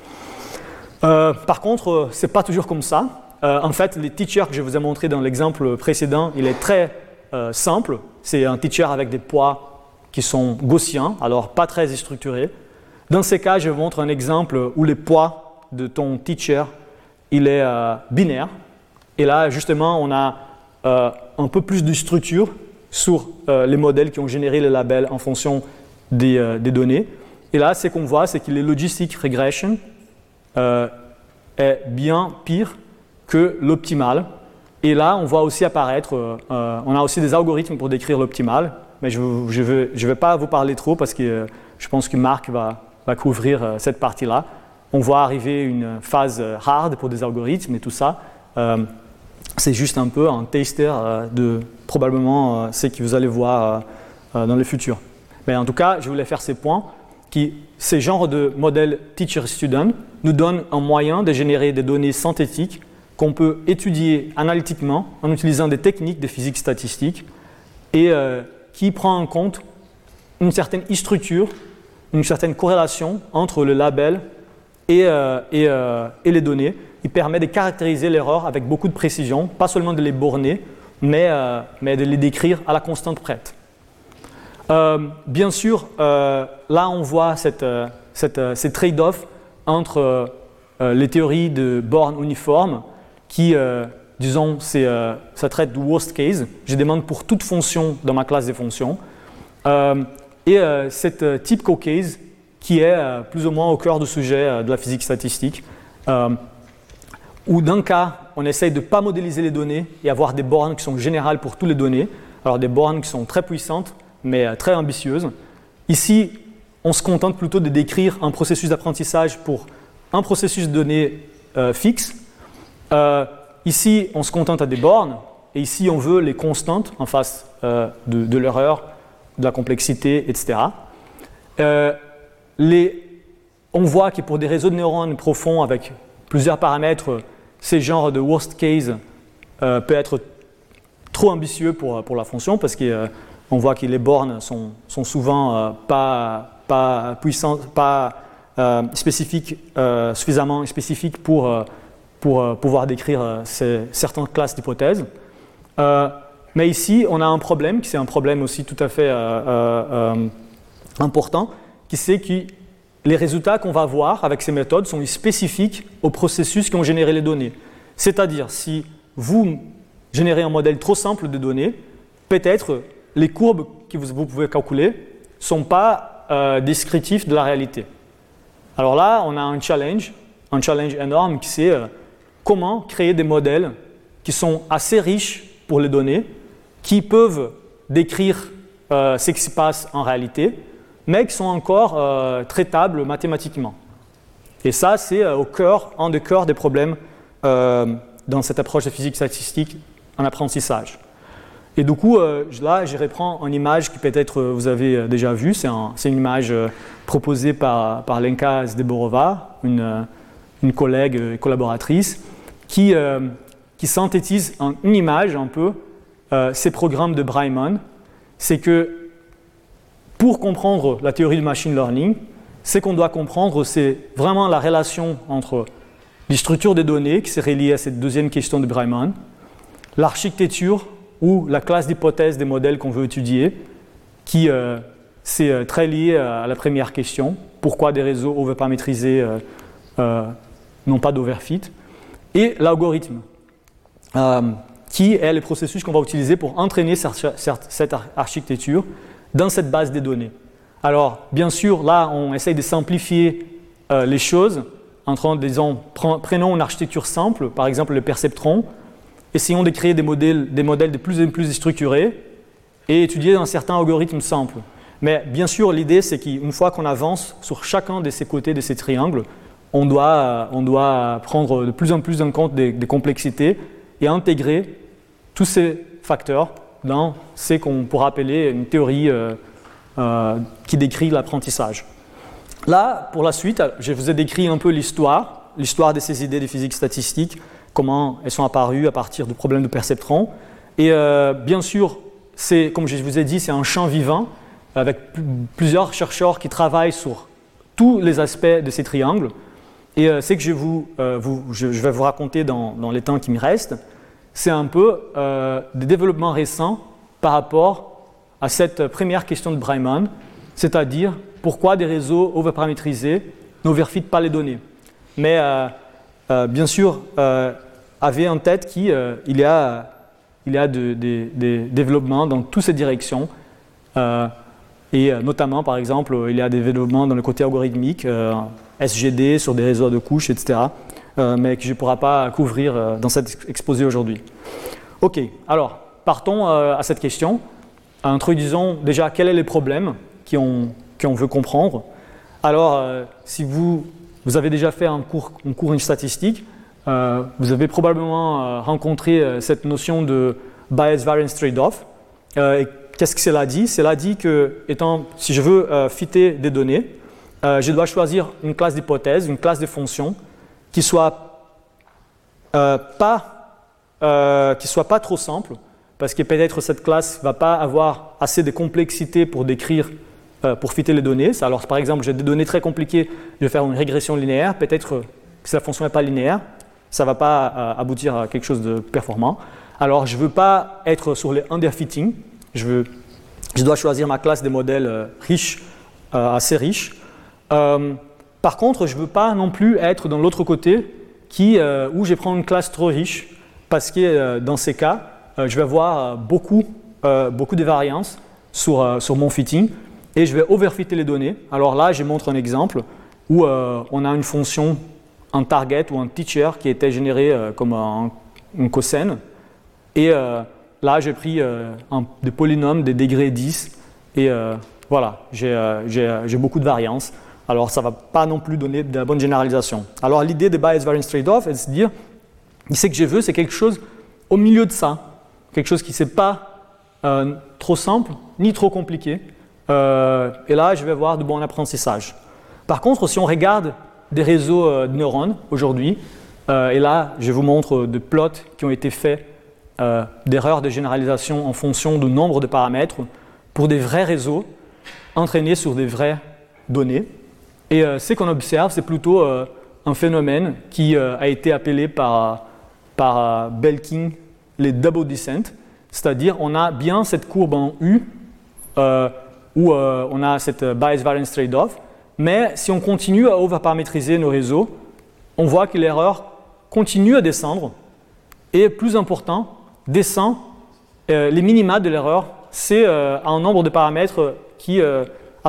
Euh, par contre, ce n'est pas toujours comme ça. Euh, en fait, les teachers que je vous ai montré dans l'exemple précédent, il est très euh, simple. C'est un teacher avec des poids qui sont gaussiens, alors pas très structurés. Dans ces cas, je vous montre un exemple où les poids de ton teacher, il est euh, binaire. Et là, justement, on a euh, un peu plus de structure sur euh, les modèles qui ont généré les labels en fonction des, euh, des données. Et là, ce qu'on voit, c'est que les logistic regression euh, est bien pire que l'optimal. Et là, on voit aussi apparaître, euh, on a aussi des algorithmes pour décrire l'optimal, mais je ne vais, je vais pas vous parler trop parce que euh, je pense que Marc va, va couvrir euh, cette partie-là. On voit arriver une phase hard pour des algorithmes et tout ça. Euh, c'est juste un peu un taster euh, de probablement euh, ce que vous allez voir euh, euh, dans le futur. Mais en tout cas, je voulais faire ces points qui, ces genres de modèles teacher-student nous donnent un moyen de générer des données synthétiques qu'on peut étudier analytiquement en utilisant des techniques de physique statistique et euh, qui prend en compte une certaine structure, une certaine corrélation entre le label et, euh, et, euh, et les données. Il permet de caractériser l'erreur avec beaucoup de précision, pas seulement de les borner, mais, euh, mais de les décrire à la constante prête. Euh, bien sûr, euh, là on voit cette, euh, cette, euh, ces trade-offs entre euh, les théories de bornes uniformes qui, euh, disons, euh, ça traite du worst case. Je demande pour toute fonction dans ma classe des fonctions. Euh, et euh, cette euh, typical case qui est euh, plus ou moins au cœur du sujet euh, de la physique statistique, euh, où d'un cas, on essaye de ne pas modéliser les données et avoir des bornes qui sont générales pour toutes les données. Alors des bornes qui sont très puissantes, mais euh, très ambitieuses. Ici, on se contente plutôt de décrire un processus d'apprentissage pour un processus de données euh, fixe. Euh, ici, on se contente à des bornes, et ici, on veut les constantes en face euh, de, de l'erreur, de la complexité, et cetera. Euh, les, on voit que pour des réseaux de neurones profonds avec plusieurs paramètres, ces genres de worst case euh, peut être trop ambitieux pour, pour la fonction, parce qu'on euh, voit que les bornes sont, sont souvent euh, pas, pas puissantes, pas euh, spécifiques, euh, suffisamment spécifiques pour euh, pour euh, pouvoir décrire euh, ces, certaines classes d'hypothèses. Euh, mais ici, on a un problème, qui c'est un problème aussi tout à fait euh, euh, important, qui c'est que les résultats qu'on va voir avec ces méthodes sont spécifiques aux processus qui ont généré les données. C'est-à-dire, si vous générez un modèle trop simple de données, peut-être les courbes que vous, vous pouvez calculer ne sont pas euh, descriptives de la réalité. Alors là, on a un challenge, un challenge énorme qui c'est euh, comment créer des modèles qui sont assez riches pour les données, qui peuvent décrire euh, ce qui se passe en réalité, mais qui sont encore euh, traitables mathématiquement. Et ça, c'est euh, au cœur, un des cœurs des problèmes euh, dans cette approche de physique statistique en apprentissage. Et du coup, euh, là, je reprends une image qui peut-être vous avez déjà vue. C'est un, une image euh, proposée par, par Lenka Zdeborova, une, euh, une collègue et collaboratrice, qui, euh, qui synthétise en une image un peu euh, ces programmes de Breimann. C'est que pour comprendre la théorie du machine learning, ce qu'on doit comprendre, c'est vraiment la relation entre les structures des données, qui serait liée à cette deuxième question de Breimann, l'architecture ou la classe d'hypothèses des modèles qu'on veut étudier, qui euh, c'est euh, très lié à la première question, pourquoi des réseaux overparamétrisés euh, euh, n'ont pas d'overfit, et l'algorithme, euh, qui est le processus qu'on va utiliser pour entraîner cette architecture dans cette base des données. Alors, bien sûr, là, on essaye de simplifier euh, les choses en disant, prenons une architecture simple, par exemple le perceptron, essayons de créer des modèles, des modèles de plus en plus structurés et étudier un certain algorithme simple. Mais bien sûr, l'idée, c'est qu'une fois qu'on avance sur chacun de ces côtés de ces triangles, on doit, on doit prendre de plus en plus en compte des, des complexités et intégrer tous ces facteurs dans ce qu'on pourrait appeler une théorie euh, euh, qui décrit l'apprentissage. Là, pour la suite, je vous ai décrit un peu l'histoire, l'histoire de ces idées de physique statistique, comment elles sont apparues à partir du problème de perceptron. Et euh, bien sûr, c'est, comme je vous ai dit, c'est un champ vivant avec plusieurs chercheurs qui travaillent sur tous les aspects de ces triangles. Et euh, ce que je, vous, euh, vous, je, je vais vous raconter dans, dans les temps qui me restent, c'est un peu euh, des développements récents par rapport à cette première question de Breimann, c'est-à-dire pourquoi des réseaux overparamétrisés n'overfitent pas les données. Mais euh, Euh, bien sûr, euh, avez en tête qu'il euh, y a, il y a des de, de développements dans toutes ces directions. Euh, et euh, notamment, par exemple, il y a des développements dans le côté algorithmique, euh, S G D sur des réseaux de couches, et cetera, euh, mais que je ne pourrai pas couvrir euh, dans cet exposé aujourd'hui. Ok, alors, partons euh, à cette question. Introduisons déjà quels sont les problèmes qu'on veut comprendre. Alors, euh, si vous... Vous avez déjà fait un cours, un cours en statistique, euh, vous avez probablement euh, rencontré euh, cette notion de bias-variance trade-off. Euh, Qu'est-ce que cela dit? Cela dit que, étant, si je veux euh, fitter des données, euh, je dois choisir une classe d'hypothèse, une classe de fonction qui soit euh, pas, euh, qui soit pas trop simple, parce que peut-être cette classe ne va pas avoir assez de complexité pour décrire pour fitter les données. Alors, par exemple, j'ai des données très compliquées, je vais faire une régression linéaire. Peut-être que si la fonction n'est pas linéaire, ça ne va pas euh, aboutir à quelque chose de performant. Alors, je ne veux pas être sur les underfitting. Je, veux, je dois choisir ma classe des modèles euh, riches, euh, assez riches. Euh, par contre, je ne veux pas non plus être dans l'autre côté qui, euh, où je vais prendre une classe trop riche parce que euh, dans ces cas, euh, je vais avoir beaucoup, euh, beaucoup de variance sur, euh, sur mon fitting. Et je vais overfitter les données. Alors là, je montre un exemple où euh, on a une fonction, un target ou un teacher qui était généré euh, comme un, un cosine. Et euh, là, j'ai pris euh, un, des polynômes des degrés dix. Et euh, voilà, j'ai euh, beaucoup de variance. Alors, ça ne va pas non plus donner de la bonne généralisation. Alors, l'idée des bias-variance trade-off est de se dire, ce que je veux, c'est quelque chose au milieu de ça. Quelque chose qui n'est pas euh, trop simple, ni trop compliqué. Euh, et là, je vais avoir de bons apprentissages. Par contre, si on regarde des réseaux euh, de neurones aujourd'hui, euh, et là, je vous montre des plots qui ont été faits euh, d'erreurs de généralisation en fonction du nombre de paramètres pour des vrais réseaux entraînés sur des vraies données. Et euh, ce qu'on observe, c'est plutôt euh, un phénomène qui euh, a été appelé par, par euh, Belkin les double descent, c'est-à-dire on a bien cette courbe en U euh, où euh, on a cette bias-variance trade-off, mais si on continue à overparamétriser nos réseaux, on voit que l'erreur continue à descendre et, plus important, descend euh, les minima de l'erreur, c'est euh, un nombre de paramètres qui euh,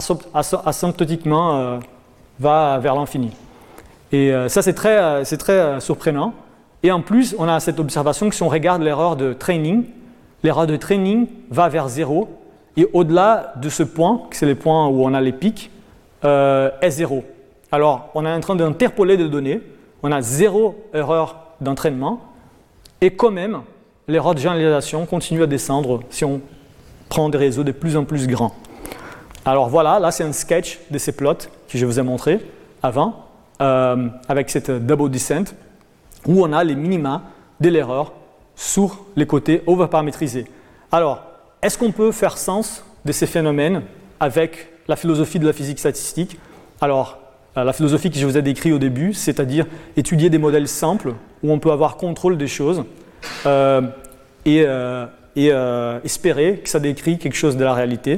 asymptotiquement euh, va vers l'infini. Et euh, ça, c'est très, c'est très euh, surprenant Et en plus, on a cette observation que si on regarde l'erreur de training, l'erreur de training va vers zéro, et au-delà de ce point, c'est le point où on a les pics, euh, est zéro. Alors, on est en train d'interpoler des données, on a zéro erreur d'entraînement, et quand même, l'erreur de généralisation continue à descendre si on prend des réseaux de plus en plus grands. Alors voilà, là c'est un sketch de ces plots que je vous ai montré avant, euh, avec cette double descent, où on a les minima de l'erreur sur les côtés overparamétrisés. Alors, est-ce qu'on peut faire sens de ces phénomènes avec la philosophie de la physique statistique? Alors, la philosophie que je vous ai décrite au début, c'est-à-dire étudier des modèles simples où on peut avoir contrôle des choses euh, et, euh, et euh, espérer que ça décrit quelque chose de la réalité.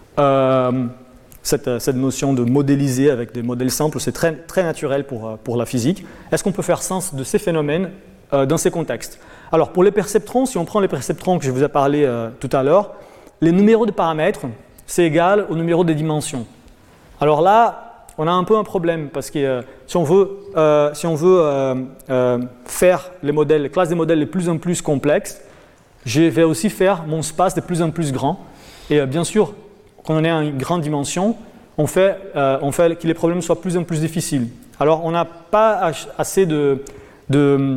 Euh, cette, cette notion de modéliser avec des modèles simples, c'est très, très naturel pour, pour la physique. Est-ce qu'on peut faire sens de ces phénomènes euh, dans ces contextes? Alors pour les perceptrons, si on prend les perceptrons que je vous ai parlé euh, tout à l'heure, les numéros de paramètres, c'est égal au numéro des dimensions. Alors là, on a un peu un problème parce que euh, si on veut, euh, si on veut euh, euh, faire les modèles, les classes des modèles de plus en plus complexes, je vais aussi faire mon space de plus en plus grand. Et euh, bien sûr, quand on est à une grande dimension, on fait, euh, on fait que les problèmes soient de plus en plus difficiles. Alors, on n'a pas assez de, de,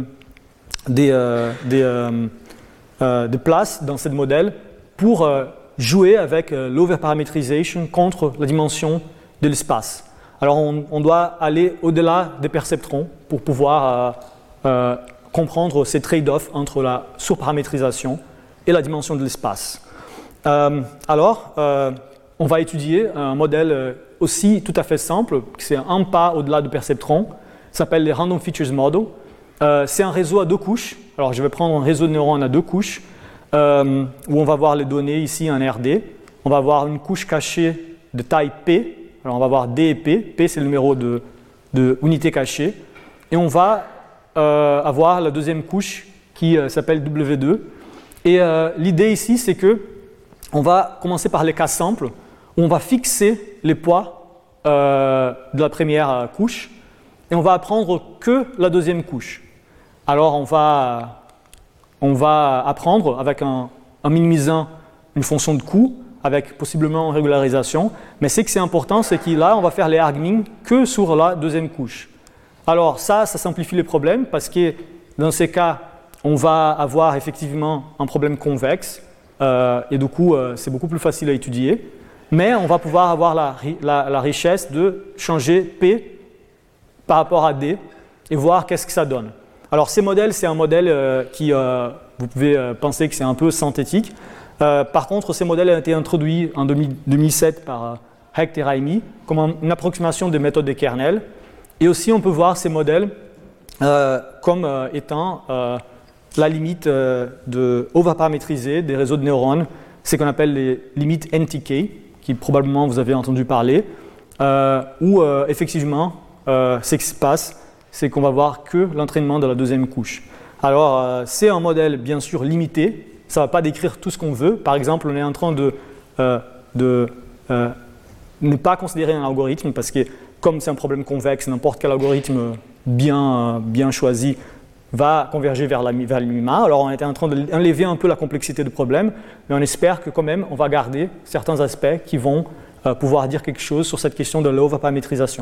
de, euh, de, euh, euh, de place dans ce modèle pour euh, jouer avec euh, l'overparamétrisation contre la dimension de l'espace. Alors, on, on doit aller au-delà des perceptrons pour pouvoir euh, euh, comprendre ces trade-offs entre la surparamétrisation et la dimension de l'espace. Euh, alors, euh, on va étudier un modèle aussi tout à fait simple, c'est un pas au-delà du perceptron, ça s'appelle les Random Features Model. Euh, c'est un réseau à deux couches. Alors, je vais prendre un réseau de neurones à deux couches, euh, où on va voir les données ici en R D. On va avoir une couche cachée de taille P. Alors, on va voir D et P. P, c'est le numéro de, de unité cachée. Et on va euh, avoir la deuxième couche qui euh, s'appelle W deux. Et euh, l'idée ici, c'est que on va commencer par les cas simples, où on va fixer les poids euh, de la première couche et on va apprendre que la deuxième couche. Alors on va, on va apprendre avec un, en minimisant une fonction de coût, avec possiblement une régularisation, mais ce que c'est important, c'est que là on va faire les argmin que sur la deuxième couche. Alors ça, ça simplifie les problèmes parce que dans ces cas, on va avoir effectivement un problème convexe euh, et du coup euh, c'est beaucoup plus facile à étudier. Mais on va pouvoir avoir la, la, la richesse de changer P par rapport à D et voir qu'est-ce que ça donne. Alors ces modèles, c'est un modèle euh, qui, euh, vous pouvez euh, penser que c'est un peu synthétique. Euh, par contre, ces modèles ont été introduits en deux mille sept par euh, Hecht et Raimi comme un, une approximation des méthodes de kernel. Et aussi, on peut voir ces modèles euh, comme euh, étant euh, la limite euh, de overparamétrisée des réseaux de neurones, c'est qu'on appelle les limites N T K, qui probablement vous avez entendu parler, euh, où euh, effectivement, euh, ce qui se passe, c'est qu'on va voir que l'entraînement de la deuxième couche. Alors, euh, c'est un modèle bien sûr limité, ça ne va pas décrire tout ce qu'on veut. Par exemple, on est en train de, euh, de euh, ne pas considérer un algorithme, parce que comme c'est un problème convexe, n'importe quel algorithme bien, euh, bien choisi va converger vers, la, vers le minima. Alors on était en train d'enlever un peu la complexité du problème, mais on espère que quand même on va garder certains aspects qui vont euh, pouvoir dire quelque chose sur cette question de l'overparamétrisation.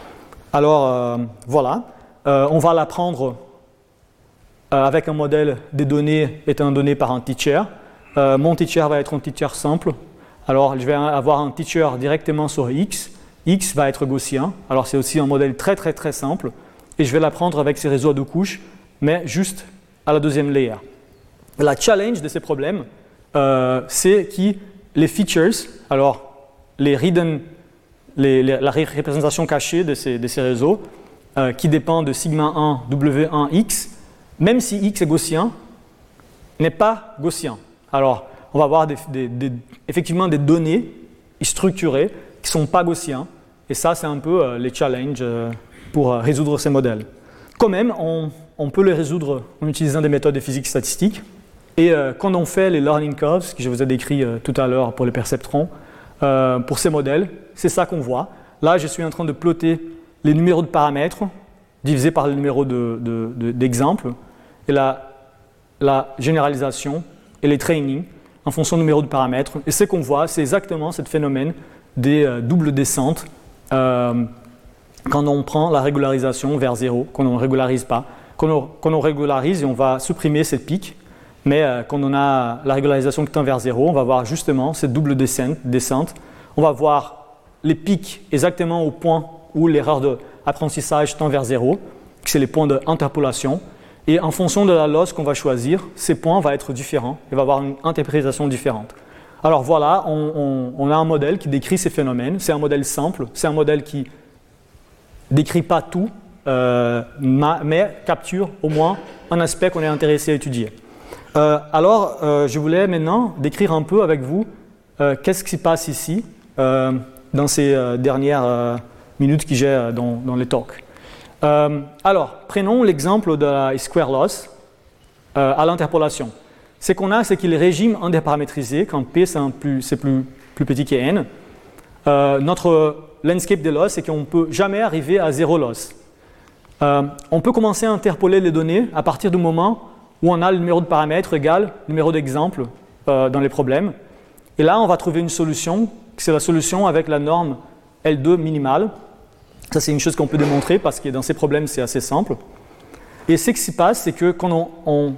Alors euh, voilà, euh, on va l'apprendre euh, avec un modèle des données étant donné par un teacher. Euh, mon teacher va être un teacher simple. Alors je vais avoir un teacher directement sur X. X va être gaussien. Alors c'est aussi un modèle très très très simple. Et je vais l'apprendre avec ces réseaux à deux couches, mais juste à la deuxième layer. La challenge de ces problèmes, euh, c'est que les features, alors les hidden, les, les, la représentation cachée de ces, de ces réseaux, euh, qui dépend de sigma un W un X, même si X est gaussien, n'est pas gaussien. Alors, on va avoir des, des, des, effectivement des données structurées qui ne sont pas gaussiens, et ça, c'est un peu euh, les challenges euh, pour euh, résoudre ces modèles. Quand même, on, on peut les résoudre en utilisant des méthodes de physique statistique. Et euh, quand on fait les learning curves, que je vous ai décrit euh, tout à l'heure pour les perceptrons, euh, pour ces modèles, c'est ça qu'on voit. Là, je suis en train de plotter les numéros de paramètres divisés par le numéro de, de, de, d'exemples. et la, la généralisation et les trainings en fonction du numéro de paramètres. Et ce qu'on voit, c'est exactement ce phénomène des euh, doubles descentes euh, quand on prend la régularisation vers zéro, quand on ne régularise pas. Quand on, quand on régularise, on va supprimer ces pics, mais euh, quand on a la régularisation qui tend vers zéro, on va voir justement cette double descente. descente. On va voir les pics exactement au point où l'erreur d'apprentissage tend vers zéro, c'est les points d'interpolation. Et en fonction de la loss qu'on va choisir, ces points vont être différents et va avoir une interprétation différente. Alors voilà, on, on, on a un modèle qui décrit ces phénomènes. C'est un modèle simple, c'est un modèle qui ne décrit pas tout, euh, mais capture au moins un aspect qu'on est intéressé à étudier. Euh, alors, euh, je voulais maintenant décrire un peu avec vous euh, qu'est-ce qui se passe ici euh, dans ces euh, dernières euh, minutes que j'ai euh, dans, dans les talks. Euh, alors, prenons l'exemple de la square loss euh, à l'interpolation. Ce qu'on a, c'est que les régimes indéparamétrisés, quand P c'est, un plus, c'est plus, plus petit que N, euh, notre landscape des loss, c'est qu'on ne peut jamais arriver à zéro loss. Euh, on peut commencer à interpoler les données à partir du moment où on a le numéro de paramètres égal le numéro d'exemple euh, dans les problèmes. Et là, on va trouver une solution, c'est la solution avec la norme L deux minimale. Ça, c'est une chose qu'on peut démontrer parce que dans ces problèmes, c'est assez simple. Et ce qui se passe, c'est que quand on, on,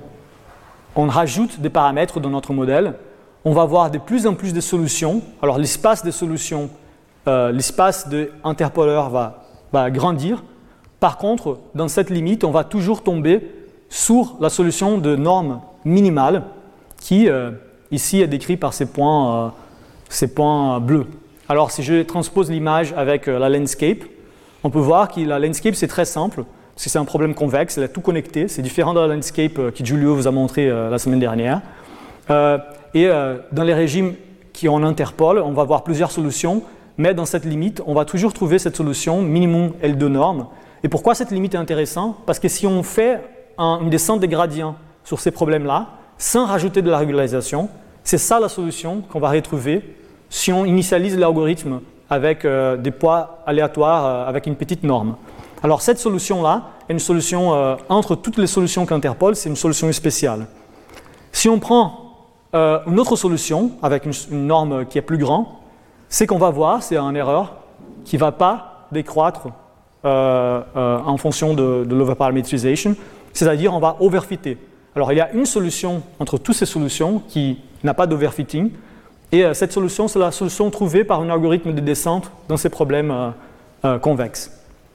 on rajoute des paramètres dans notre modèle, on va avoir de plus en plus de solutions. Alors, l'espace de solutions, euh, l'espace d'interpoleur va, va grandir. Par contre, dans cette limite, on va toujours tomber sur la solution de norme minimale qui, euh, ici, est décrite par ces points, euh, ces points bleus. Alors, si je transpose l'image avec euh, la landscape, on peut voir que la landscape, c'est très simple, parce que c'est un problème convexe, elle est tout connectée. C'est différent de la landscape euh, que Giulio vous a montré euh, la semaine dernière. Euh, et euh, dans les régimes qui en interpolent, on va avoir plusieurs solutions, mais dans cette limite, on va toujours trouver cette solution minimum L deux norme. Et pourquoi cette limite est intéressante? Parce que si on fait un, une descente des gradients sur ces problèmes-là, sans rajouter de la régularisation, c'est ça la solution qu'on va retrouver si on initialise l'algorithme avec euh, des poids aléatoires, euh, avec une petite norme. Alors cette solution-là est une solution, euh, entre toutes les solutions qu'Interpol, c'est une solution spéciale. Si on prend euh, une autre solution, avec une, une norme qui est plus grande, ce qu'on va voir, c'est une erreur qui ne va pas décroître euh, euh, en fonction de, de l'overparametrization, c'est-à-dire on va overfitter. Alors il y a une solution entre toutes ces solutions qui n'a pas d'overfitting, et euh, cette solution, c'est la solution trouvée par un algorithme de descente dans ces problèmes euh, euh, convexes.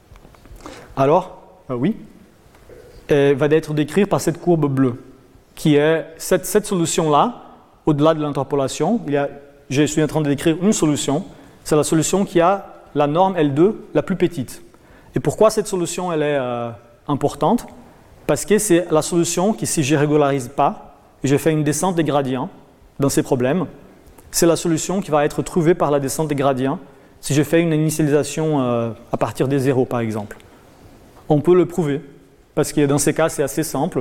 Alors, euh, oui, elle va être décrite par cette courbe bleue, qui est cette, cette solution-là, au-delà de l'interpolation. Il y a, je suis en train de décrire une solution, c'est la solution qui a la norme L deux la plus petite. Et pourquoi cette solution elle est euh, importante? Parce que c'est la solution qui, si je ne régularise pas, et je fais une descente des gradients dans ces problèmes, c'est la solution qui va être trouvée par la descente des gradients si je fais une initialisation euh, à partir des zéros, par exemple. On peut le prouver, parce que dans ces cas, c'est assez simple.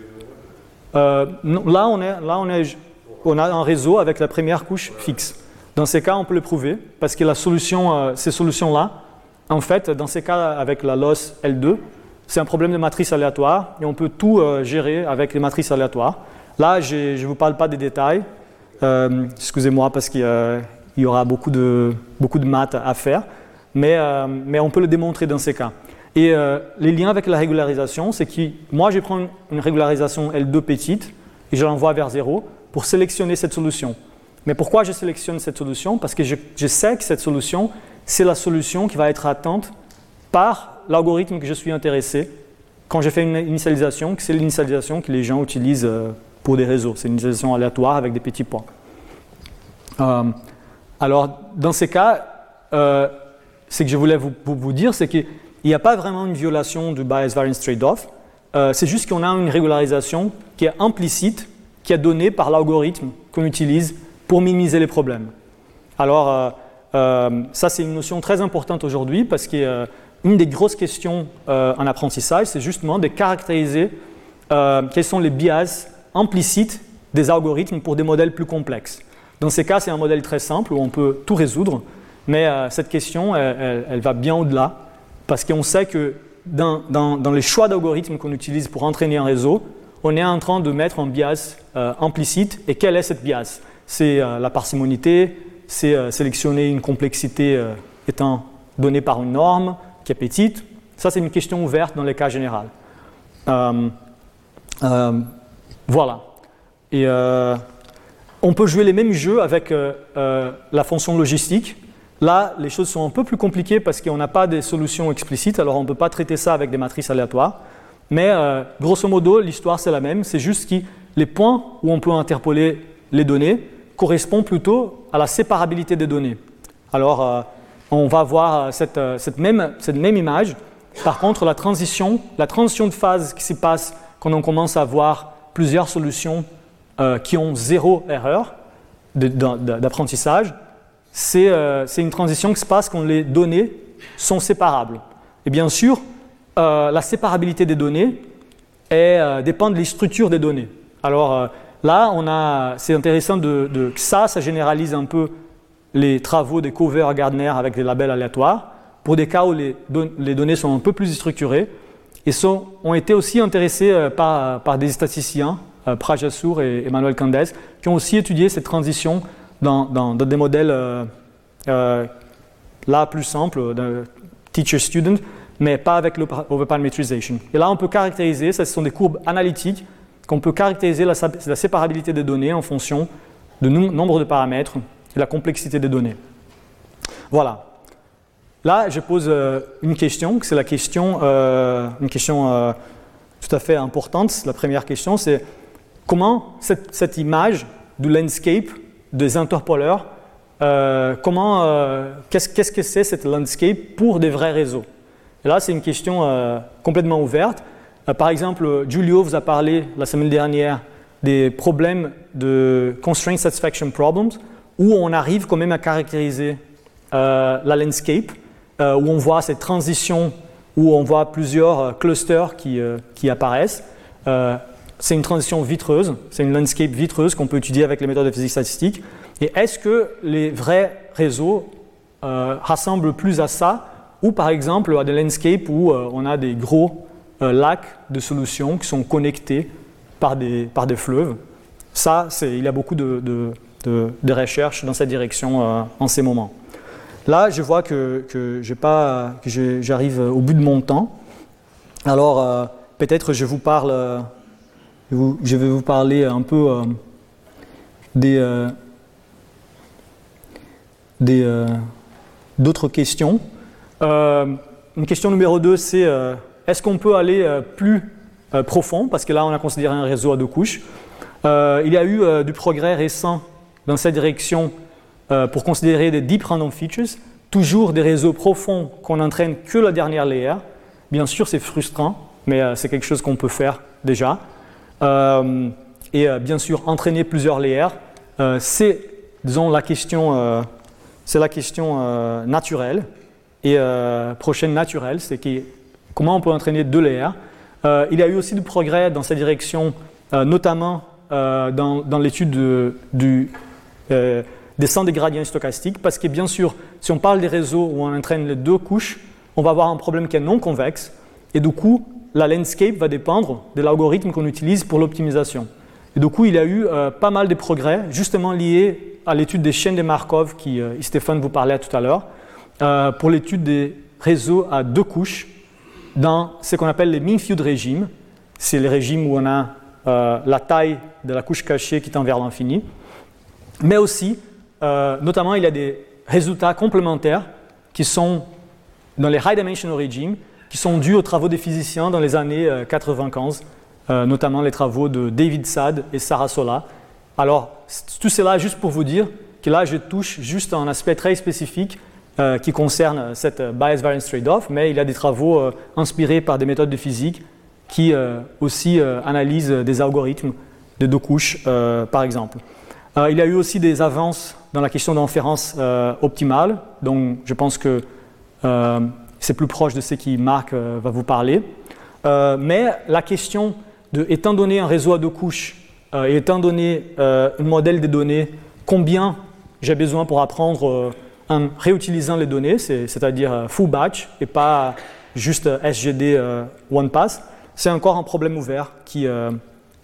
Euh, non, là, on, est, là on, est, on a un réseau avec la première couche fixe. Dans ces cas, on peut le prouver, parce que la solution, euh, ces solutions-là, en fait, dans ces cas avec la loss L deux, c'est un problème de matrice aléatoire, et on peut tout euh, gérer avec les matrices aléatoires. Là, je ne vous parle pas des détails. Euh, excusez-moi parce qu'il euh, y aura beaucoup de, beaucoup de maths à faire, mais, euh, mais on peut le démontrer dans ces cas. Et euh, les liens avec la régularisation, c'est que moi je prends une régularisation L deux petite et je l'envoie vers zéro pour sélectionner cette solution. Mais pourquoi je sélectionne cette solution? Parce que je, je sais que cette solution, c'est la solution qui va être atteinte par l'algorithme que je suis intéressé quand je fais une initialisation, que c'est l'initialisation que les gens utilisent euh, pour des réseaux. C'est une initialisation aléatoire avec des petits points. Euh, alors, dans ces cas, euh, ce que je voulais vous, vous, vous dire, c'est qu'il n'y a pas vraiment une violation du bias variance trade-off. Euh, c'est juste qu'on a une régularisation qui est implicite, qui est donnée par l'algorithme qu'on utilise pour minimiser les problèmes. Alors, euh, euh, ça, c'est une notion très importante aujourd'hui parce qu'une euh, des grosses questions euh, en apprentissage, c'est justement de caractériser euh, quels sont les bias implicites des algorithmes pour des modèles plus complexes. Dans ces cas, c'est un modèle très simple où on peut tout résoudre, mais euh, cette question, elle, elle, elle va bien au-delà, parce qu'on sait que dans, dans, dans les choix d'algorithmes qu'on utilise pour entraîner un réseau, on est en train de mettre un bias euh, implicite. Et quelle est cette bias? C'est euh, la parcimonialité, c'est euh, sélectionner une complexité euh, étant donnée par une norme qui est petite. Ça, c'est une question ouverte dans les cas généraux. Euh, euh, voilà. Et euh, on peut jouer les mêmes jeux avec euh, euh, la fonction logistique. Là, les choses sont un peu plus compliquées parce qu'on n'a pas de solutions explicites, alors on ne peut pas traiter ça avec des matrices aléatoires. Mais euh, grosso modo, l'histoire c'est la même, c'est juste que les points où on peut interpoler les données correspondent plutôt à la séparabilité des données. Alors, euh, on va voir cette, cette, même, cette même image. Par contre, la transition, la transition de phase qui se passe quand on commence à avoir plusieurs solutions euh, qui ont zéro erreur d'apprentissage, c'est euh, une transition qui se passe quand les données sont séparables. Et bien sûr, euh, la séparabilité des données est, euh, dépend des structures des données. Alors euh, là, c'est intéressant de, de, que ça, ça généralise un peu les travaux de Cover et Gardner avec des labels aléatoires, pour des cas où les, don les données sont un peu plus structurées, et sont, ont été aussi intéressés euh, par, par des statisticiens, euh, Prajasur et Emmanuel Candes, qui ont aussi étudié cette transition Dans, dans, dans des modèles euh, euh, là plus simples, de teacher-student, mais pas avec l'overparametrization. Et là, on peut caractériser, ce sont des courbes analytiques, qu'on peut caractériser la, la séparabilité des données en fonction du nombre de paramètres et la complexité des données. Voilà. Là, je pose euh, une question, c'est la question, euh, une question euh, tout à fait importante. La première question, c'est comment cette, cette image du landscape des interpoleurs, euh, comment, euh, qu'est-ce, qu'est-ce que c'est cette landscape pour des vrais réseaux? Et là, c'est une question euh, complètement ouverte. Euh, par exemple, Giulio vous a parlé la semaine dernière des problèmes de constraint satisfaction problems, où on arrive quand même à caractériser euh, la landscape, euh, où on voit cette transition, où on voit plusieurs euh, clusters qui, euh, qui apparaissent. Euh, C'est une transition vitreuse, c'est une landscape vitreuse qu'on peut étudier avec les méthodes de physique statistique. Et est-ce que les vrais réseaux euh, rassemblent plus à ça, ou par exemple à des landscapes où euh, on a des gros euh, lacs de solutions qui sont connectés par des, par des fleuves? Ça, il y a beaucoup de, de, de, de recherches dans cette direction euh, en ces moments. Là, je vois que, que j'arrive au bout de mon temps. Alors, euh, peut-être je vous parle... Euh, Je vais vous parler un peu euh, des, euh, des, euh, d'autres questions. Euh, une question numéro deux, c'est euh, est-ce qu'on peut aller euh, plus euh, profond? Parce que là, on a considéré un réseau à deux couches. Euh, il y a eu euh, du progrès récent dans cette direction euh, pour considérer des deep random features, toujours des réseaux profonds qu'on n'entraîne que la dernière layer. Bien sûr, c'est frustrant, mais euh, c'est quelque chose qu'on peut faire déjà. Euh, et euh, bien sûr, entraîner plusieurs layers, euh, c'est, disons, la question, euh, c'est la question euh, naturelle. Et euh, prochaine naturelle, c'est qui, comment on peut entraîner deux layers. Euh, il y a eu aussi du progrès dans cette direction, euh, notamment euh, dans, dans l'étude de, du euh, descente des gradients stochastiques, parce que bien sûr, si on parle des réseaux où on entraîne les deux couches, on va avoir un problème qui est non convexe, et du coup, la landscape va dépendre de l'algorithme qu'on utilise pour l'optimisation. Et du coup, il y a eu euh, pas mal de progrès, justement liés à l'étude des chaînes de Markov, qui euh, Stéphane vous parlait tout à l'heure, euh, pour l'étude des réseaux à deux couches dans ce qu'on appelle les mean-field régimes. C'est les régimes où on a euh, la taille de la couche cachée qui tend vers l'infini. Mais aussi, euh, notamment, il y a des résultats complémentaires qui sont dans les high-dimensional regimes, qui sont dus aux travaux des physiciens dans les années quatre-vingt-quinze, euh, notamment les travaux de David Saad et Sarah Sola. Alors, tout cela juste pour vous dire que là, je touche juste un aspect très spécifique euh, qui concerne cette bias-variance trade-off, mais il y a des travaux euh, inspirés par des méthodes de physique qui euh, aussi euh, analysent des algorithmes de deux couches, euh, par exemple. Euh, il y a eu aussi des avances dans la question d'inférence euh, optimale, donc je pense que euh, c'est plus proche de ce qui Marc euh, va vous parler. Euh, mais la question de, étant donné un réseau à deux couches, euh, et étant donné euh, un modèle des données, combien j'ai besoin pour apprendre euh, en réutilisant les données, c'est-à-dire euh, full batch et pas juste euh, S G D euh, one pass, c'est encore un problème ouvert qui, euh,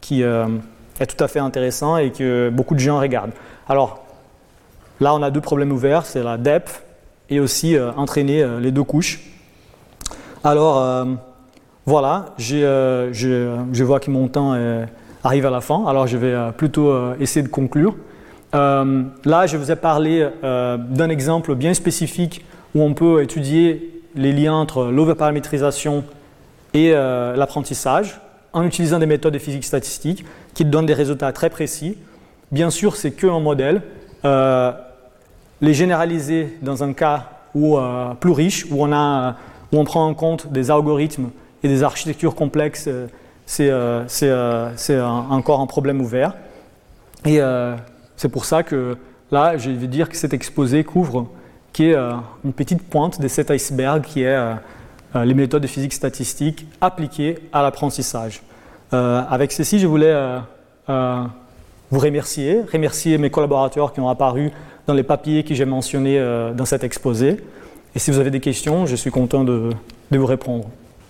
qui euh, est tout à fait intéressant et que beaucoup de gens regardent. Alors, là, on a deux problèmes ouverts, c'est la depth et aussi euh, entraîner euh, les deux couches. Alors, euh, voilà, j'ai, euh, je, je vois que mon temps est, arrive à la fin, alors je vais euh, plutôt euh, essayer de conclure. Euh, là, je vous ai parlé euh, d'un exemple bien spécifique où on peut étudier les liens entre l'overparamétrisation et euh, l'apprentissage en utilisant des méthodes de physique statistique qui donnent des résultats très précis. Bien sûr, c'est qu'un modèle. Euh, les généraliser dans un cas où, euh, plus riche, où on, a, où on prend en compte des algorithmes et des architectures complexes, euh, c'est, euh, c'est, euh, c'est un, encore un problème ouvert. Et euh, c'est pour ça que là, je vais dire que cet exposé couvre qui est euh, une petite pointe de cet iceberg qui est euh, les méthodes de physique statistique appliquées à l'apprentissage. Euh, avec ceci, je voulais euh, euh, vous remercier, remercier mes collaborateurs qui ont apparu dans les papiers que j'ai mentionnés euh, dans cet exposé. Et si vous avez des questions, je suis content de, de vous répondre.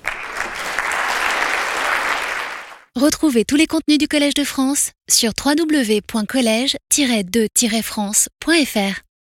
Retrouvez tous les contenus du Collège de France sur w w w point collège tiret de tiret france point f r.